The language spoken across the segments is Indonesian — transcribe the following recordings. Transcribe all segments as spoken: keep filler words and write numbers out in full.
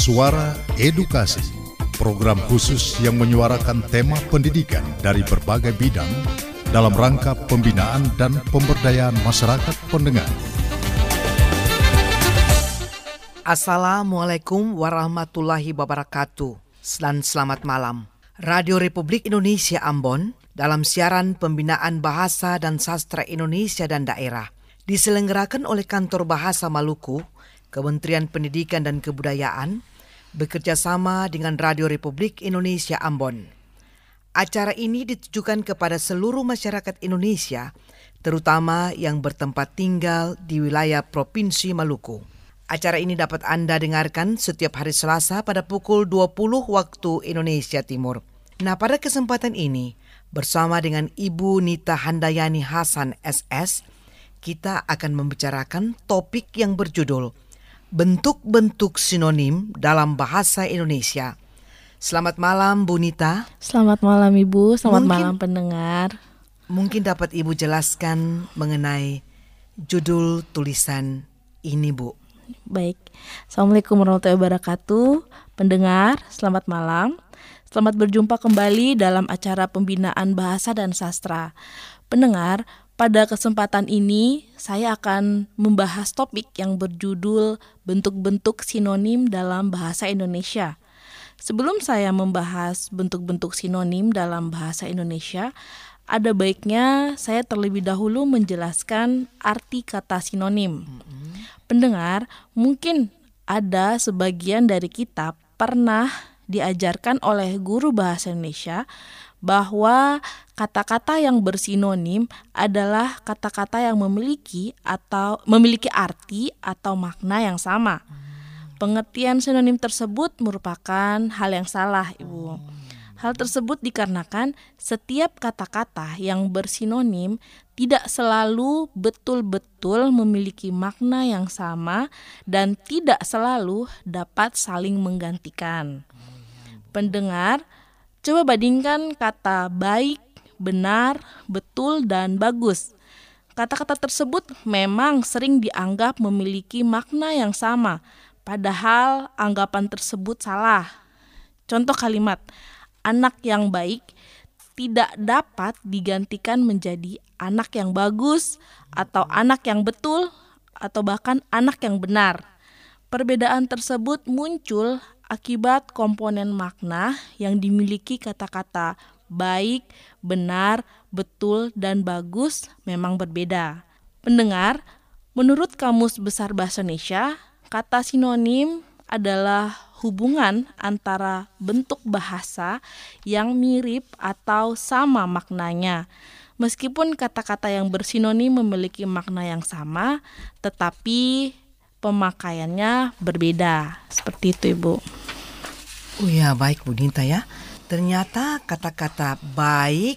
Suara Edukasi, program khusus yang menyuarakan tema pendidikan dari berbagai bidang dalam rangka pembinaan dan pemberdayaan masyarakat pendengar. Assalamualaikum warahmatullahi wabarakatuh dan selamat malam. Radio Republik Indonesia Ambon dalam siaran pembinaan bahasa dan sastra Indonesia dan daerah diselenggarakan oleh Kantor Bahasa Maluku, Kementerian Pendidikan dan Kebudayaan, bekerja sama dengan Radio Republik Indonesia Ambon. Acara ini ditujukan kepada seluruh masyarakat Indonesia, terutama yang bertempat tinggal di wilayah Provinsi Maluku. Acara ini dapat Anda dengarkan setiap hari Selasa pada pukul dua puluh waktu Indonesia Timur. Nah, pada kesempatan ini, bersama dengan Ibu Nita Handayani Hasan S S, kita akan membicarakan topik yang berjudul bentuk-bentuk sinonim dalam bahasa Indonesia. Selamat malam, Bu Nita. Selamat malam, Ibu. Selamat Mungkin, malam, pendengar. Mungkin dapat Ibu jelaskan mengenai judul tulisan ini, Bu. Baik. Assalamualaikum warahmatullahi wabarakatuh. Pendengar, selamat malam. Selamat berjumpa kembali dalam acara pembinaan bahasa dan sastra. Pendengar, pada kesempatan ini saya akan membahas topik yang berjudul bentuk-bentuk sinonim dalam bahasa Indonesia. Sebelum saya membahas bentuk-bentuk sinonim dalam bahasa Indonesia, ada baiknya saya terlebih dahulu menjelaskan arti kata sinonim. Mm-hmm. Pendengar, mungkin ada sebagian dari kita pernah diajarkan oleh guru bahasa Indonesia bahwa kata-kata yang bersinonim adalah kata-kata yang memiliki atau memiliki arti atau makna yang sama. Pengertian sinonim tersebut merupakan hal yang salah, Ibu. Hal tersebut dikarenakan setiap kata-kata yang bersinonim tidak selalu betul-betul memiliki makna yang sama dan tidak selalu dapat saling menggantikan. Pendengar, coba bandingkan kata baik, benar, betul, dan bagus. Kata-kata tersebut memang sering dianggap memiliki makna yang sama, padahal anggapan tersebut salah. Contoh kalimat, anak yang baik tidak dapat digantikan menjadi anak yang bagus, atau anak yang betul, atau bahkan anak yang benar. Perbedaan tersebut muncul akibat komponen makna yang dimiliki kata-kata baik, benar, betul, dan bagus memang berbeda. Pendengar, menurut Kamus Besar Bahasa Indonesia, kata sinonim adalah hubungan antara bentuk bahasa yang mirip atau sama maknanya. Meskipun kata-kata yang bersinonim memiliki makna yang sama, tetapi pemakaiannya berbeda. Seperti itu, Ibu. Oh ya, baik Bu Nita ya. Ternyata kata-kata baik,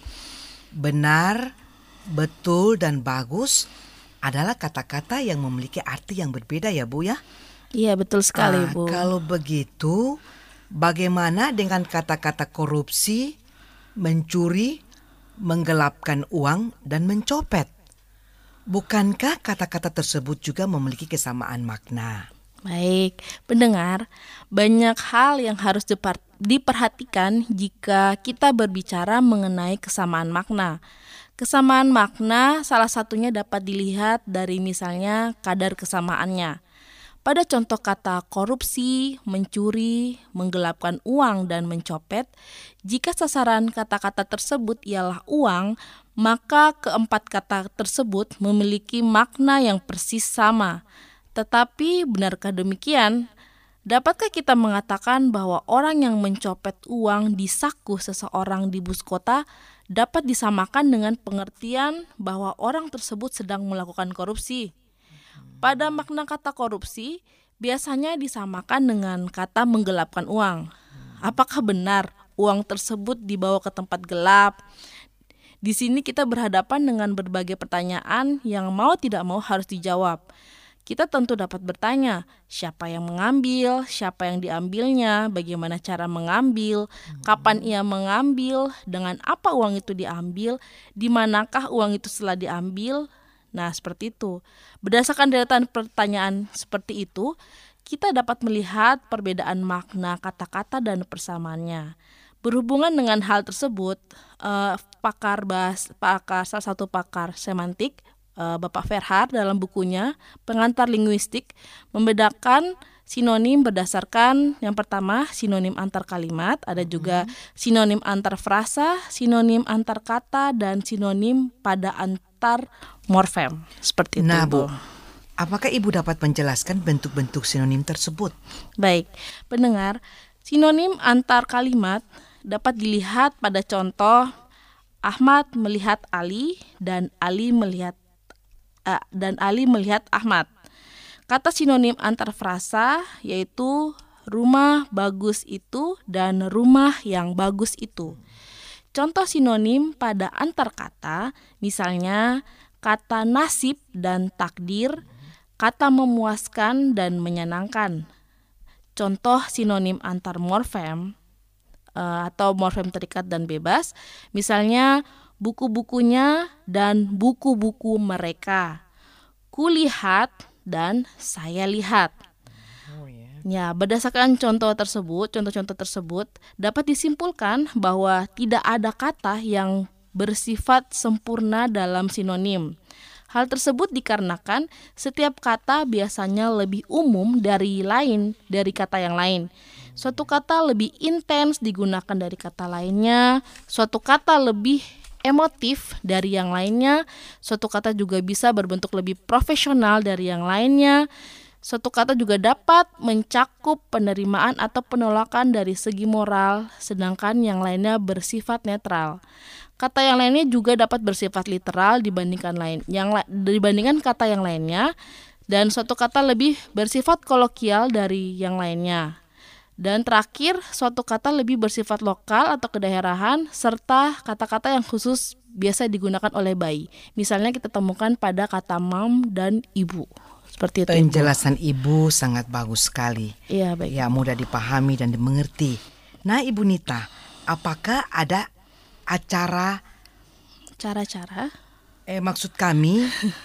benar, betul, dan bagus adalah kata-kata yang memiliki arti yang berbeda ya, Bu ya? Iya, betul sekali, ah, Bu. Kalau begitu, bagaimana dengan kata-kata korupsi, mencuri, menggelapkan uang, dan mencopet? Bukankah kata-kata tersebut juga memiliki kesamaan makna? Baik, pendengar, banyak hal yang harus diperhatikan jika kita berbicara mengenai kesamaan makna. Kesamaan makna salah satunya dapat dilihat dari misalnya kadar kesamaannya. Pada contoh kata korupsi, mencuri, menggelapkan uang, dan mencopet, jika sasaran kata-kata tersebut ialah uang, maka keempat kata tersebut memiliki makna yang persis sama. Tetapi benarkah demikian? Dapatkah kita mengatakan bahwa orang yang mencopet uang di saku seseorang di bus kota dapat disamakan dengan pengertian bahwa orang tersebut sedang melakukan korupsi? Pada makna kata korupsi, biasanya disamakan dengan kata menggelapkan uang. Apakah benar uang tersebut dibawa ke tempat gelap? Di sini kita berhadapan dengan berbagai pertanyaan yang mau tidak mau harus dijawab. Kita tentu dapat bertanya, siapa yang mengambil, siapa yang diambilnya, bagaimana cara mengambil, kapan ia mengambil, dengan apa uang itu diambil, di manakah uang itu setelah diambil. Nah, seperti itu. Berdasarkan deretan pertanyaan seperti itu, kita dapat melihat perbedaan makna kata-kata dan persamaannya. Berhubungan dengan hal tersebut, eh, pakar bahas, pakar salah satu pakar semantik, eh, Bapak Verhaar dalam bukunya Pengantar Linguistik membedakan sinonim berdasarkan yang pertama sinonim antar kalimat, ada juga sinonim antar frasa, sinonim antar kata, dan sinonim pada antar morfem. Seperti itu, Nah, Bu. Bu, apakah Ibu dapat menjelaskan bentuk-bentuk sinonim tersebut? Baik, pendengar, sinonim antar kalimat dapat dilihat pada contoh Ahmad melihat Ali dan Ali melihat uh, dan Ali melihat Ahmad. Kata sinonim antar frasa yaitu rumah bagus itu dan rumah yang bagus itu. Contoh sinonim pada antar kata, misalnya kata nasib dan takdir, kata memuaskan dan menyenangkan. Contoh sinonim antar morfem uh, atau morfem terikat dan bebas, misalnya buku-bukunya dan buku-buku mereka. Kulihat dan saya lihat. Oh, ya. Ya, berdasarkan contoh tersebut, contoh-contoh tersebut dapat disimpulkan bahwa tidak ada kata yang bersifat sempurna dalam sinonim. Hal tersebut dikarenakan setiap kata biasanya lebih umum dari lain dari kata yang lain. Suatu kata lebih intens digunakan dari kata lainnya, suatu kata lebih emotif dari yang lainnya, suatu kata juga bisa berbentuk lebih profesional dari yang lainnya. Suatu kata juga dapat mencakup penerimaan atau penolakan dari segi moral, sedangkan yang lainnya bersifat netral. Kata yang lainnya juga dapat bersifat literal dibandingkan lain, yang la- dibandingkan kata yang lainnya, dan suatu kata lebih bersifat kolokial dari yang lainnya. Dan terakhir, suatu kata lebih bersifat lokal atau kedaerahan, serta kata-kata yang khusus biasa digunakan oleh bayi. Misalnya kita temukan pada kata mam dan ibu. Seperti itu. Penjelasan Ibu sangat bagus sekali. Iya, baik. Ya, mudah dipahami dan dimengerti. Nah, Ibu Nita, apakah ada acara, Cara-cara. eh maksud kami,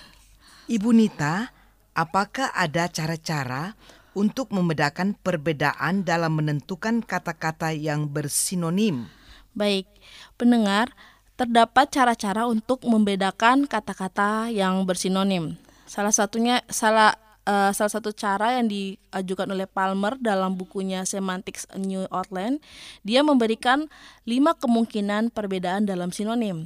Ibu Nita, apakah ada cara-cara untuk membedakan perbedaan dalam menentukan kata-kata yang bersinonim? Baik, pendengar, terdapat cara-cara untuk membedakan kata-kata yang bersinonim. Salah satunya salah uh, salah satu cara yang diajukan oleh Palmer dalam bukunya Semantics A New Outline, dia memberikan lima kemungkinan perbedaan dalam sinonim.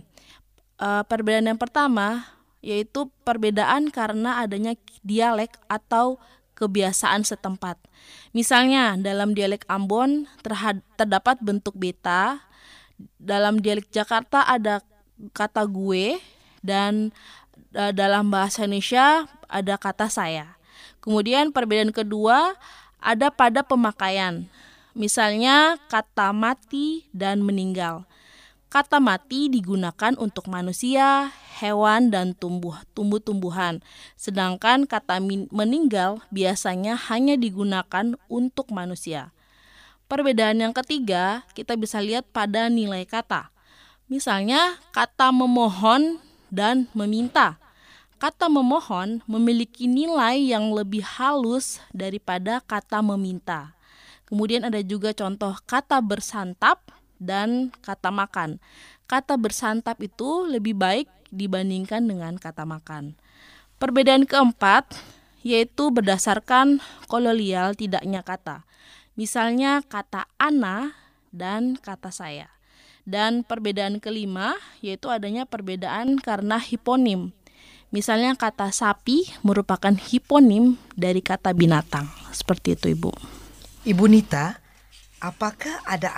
Uh, perbedaan yang pertama yaitu perbedaan karena adanya dialek atau kebiasaan setempat. Misalnya dalam dialek Ambon terhad- terdapat bentuk beta, dalam dialek Jakarta ada kata gue, dan uh, dalam bahasa Indonesia ada kata saya. Kemudian perbedaan kedua ada pada pemakaian. Misalnya kata mati dan meninggal. Kata mati digunakan untuk manusia, hewan, dan tumbuh, tumbuh-tumbuhan. Sedangkan kata min- meninggal biasanya hanya digunakan untuk manusia. Perbedaan yang ketiga kita bisa lihat pada nilai kata. Misalnya kata memohon dan meminta. Kata memohon memiliki nilai yang lebih halus daripada kata meminta. Kemudian ada juga contoh kata bersantap dan kata makan. Kata bersantap itu lebih baik dibandingkan dengan kata makan. Perbedaan keempat yaitu berdasarkan kolonial tidaknya kata. Misalnya kata ana dan kata saya. Dan perbedaan kelima yaitu adanya perbedaan karena hiponim. Misalnya kata sapi merupakan hiponim dari kata binatang. Seperti itu, Ibu. Ibu Nita, apakah ada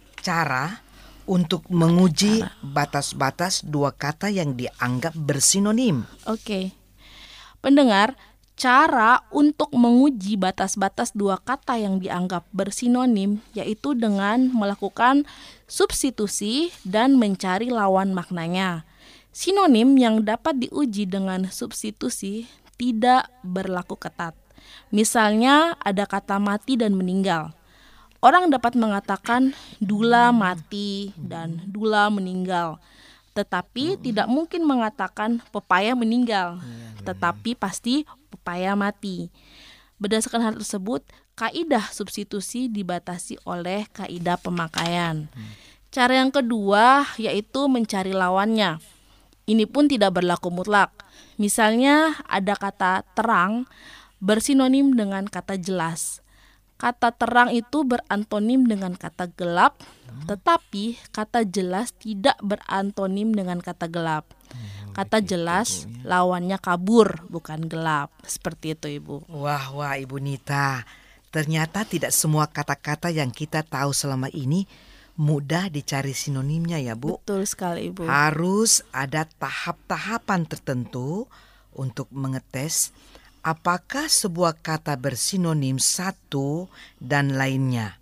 cara untuk menguji batas-batas dua kata yang dianggap bersinonim? Oke. Pendengar, cara untuk menguji batas-batas dua kata yang dianggap bersinonim yaitu dengan melakukan substitusi dan mencari lawan maknanya. Sinonim yang dapat diuji dengan substitusi tidak berlaku ketat. Misalnya ada kata mati dan meninggal. Orang dapat mengatakan Dula mati dan Dula meninggal, tetapi tidak mungkin mengatakan pepaya meninggal, tetapi pasti pepaya mati. Berdasarkan hal tersebut, kaidah substitusi dibatasi oleh kaidah pemakaian. Hmm. Cara yang kedua yaitu mencari lawannya. Ini pun tidak berlaku mutlak. Misalnya ada kata terang bersinonim dengan kata jelas. Kata terang itu berantonim dengan kata gelap, tetapi kata jelas tidak berantonim dengan kata gelap. Kata jelas lawannya kabur, bukan gelap. Seperti itu, Ibu. Wah, wah, Ibu Nita. Ternyata tidak semua kata-kata yang kita tahu selama ini mudah dicari sinonimnya ya, Bu. Betul sekali, Ibu. Harus ada tahap-tahapan tertentu untuk mengetes apakah sebuah kata bersinonim satu dan lainnya.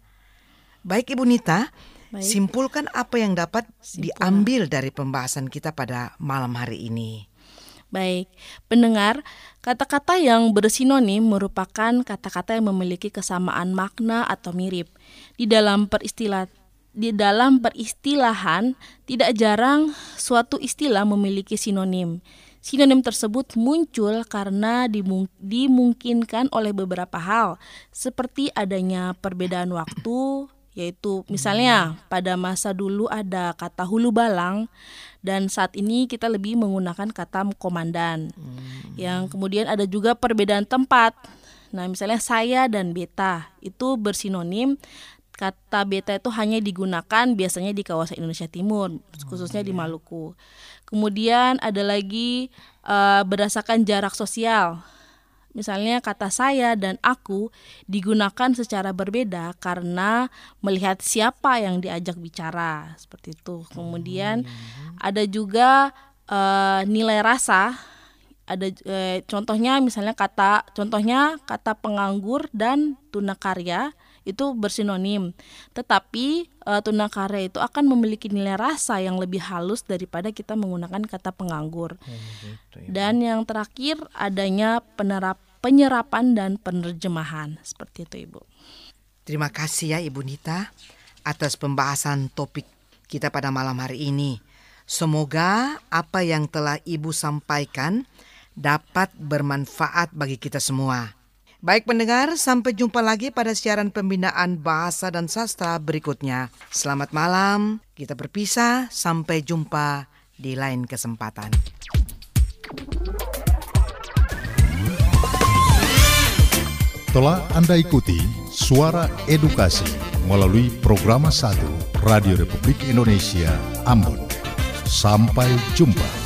Baik, Ibu Nita, Baik. simpulkan apa yang dapat Simpul. diambil dari pembahasan kita pada malam hari ini. Baik, pendengar, kata-kata yang bersinonim merupakan kata-kata yang memiliki kesamaan makna atau mirip. Di dalam peristilah di dalam peristilahan tidak jarang suatu istilah memiliki sinonim. Sinonim tersebut muncul karena dimung- dimungkinkan oleh beberapa hal, seperti adanya perbedaan waktu, yaitu misalnya pada masa dulu ada kata hulu balang dan saat ini kita lebih menggunakan kata komandan. Hmm. Yang kemudian ada juga perbedaan tempat. Nah, misalnya saya dan beta itu bersinonim. Kata beta itu hanya digunakan biasanya di kawasan Indonesia Timur, khususnya di Maluku. Kemudian ada lagi uh, berdasarkan jarak sosial. Misalnya kata saya dan aku digunakan secara berbeda karena melihat siapa yang diajak bicara, seperti itu. Kemudian ada juga uh, nilai rasa. Ada eh, contohnya misalnya kata contohnya kata penganggur dan tunakarya itu bersinonim. Tetapi uh, tunakarya itu akan memiliki nilai rasa yang lebih halus daripada kita menggunakan kata penganggur. Hmm, gitu ya. Dan yang terakhir adanya penerap, penyerapan dan penerjemahan. Seperti itu, Ibu. Terima kasih ya Ibu Nita atas pembahasan topik kita pada malam hari ini. Semoga apa yang telah Ibu sampaikan dapat bermanfaat bagi kita semua. Baik pendengar, sampai jumpa lagi pada siaran pembinaan bahasa dan sastra berikutnya. Selamat malam, kita berpisah, sampai jumpa di lain kesempatan. Telah Anda ikuti Suara Edukasi melalui Program satu Radio Republik Indonesia Ambon. Sampai jumpa.